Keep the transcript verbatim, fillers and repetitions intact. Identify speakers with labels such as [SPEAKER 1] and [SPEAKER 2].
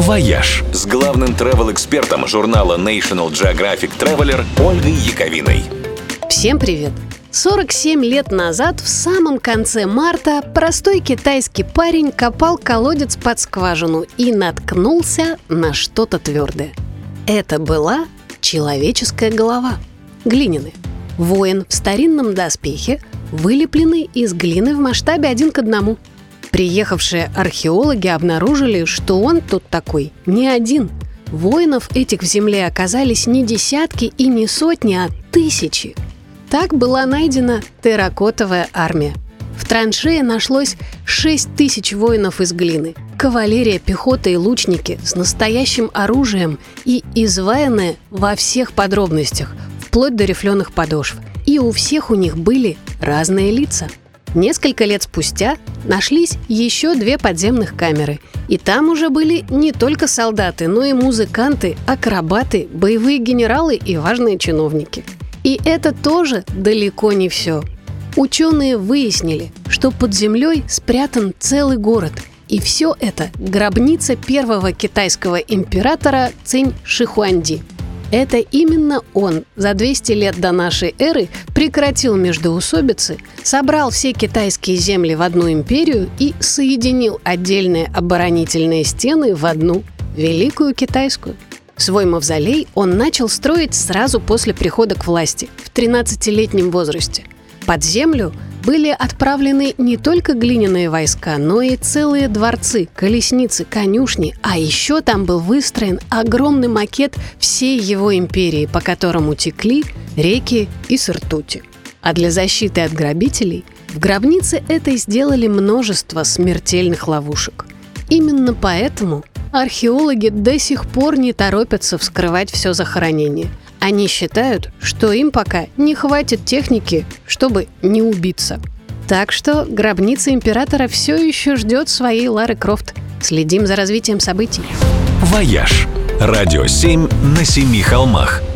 [SPEAKER 1] «Вояж» с главным travel-экспертом журнала National Geographic Traveler Ольгой Яковиной.
[SPEAKER 2] Всем привет! сорок семь лет назад, в самом конце марта, простой китайский парень копал колодец под скважину и наткнулся на что-то твердое. Это была человеческая голова, глиняная. Воин в старинном доспехе, вылепленный из глины в масштабе один к одному. Приехавшие археологи обнаружили, что он тут такой не один. Воинов этих в земле оказались не десятки и не сотни, а тысячи. Так была найдена терракотовая армия. В траншее нашлось шесть тысяч воинов из глины. Кавалерия, пехота и лучники с настоящим оружием и изваянные во всех подробностях, вплоть до рифленых подошв. И у всех у них были разные лица. Несколько лет спустя нашлись еще две подземных камеры. И там уже были не только солдаты, но и музыканты, акробаты, боевые генералы и важные чиновники. И это тоже далеко не все. Ученые выяснили, что под землей спрятан целый город. И все это гробница первого китайского императора Цинь Шихуанди. Это именно он за двести лет до нашей эры прекратил междоусобицы, собрал все китайские земли в одну империю и соединил отдельные оборонительные стены в одну Великую Китайскую. Свой мавзолей он начал строить сразу после прихода к власти, в тринадцатилетнем возрасте. Под землю были отправлены не только глиняные войска, но и целые дворцы, колесницы, конюшни, а еще там был выстроен огромный макет всей его империи, по которому текли реки из ртути. А для защиты от грабителей в гробнице этой сделали множество смертельных ловушек. Именно поэтому археологи до сих пор не торопятся вскрывать все захоронение. Они считают, что им пока не хватит техники, чтобы не убиться. Так что гробница императора все еще ждет своей Лары Крофт. Следим за развитием событий.
[SPEAKER 1] «Вояж» – радио семь на семи холмах.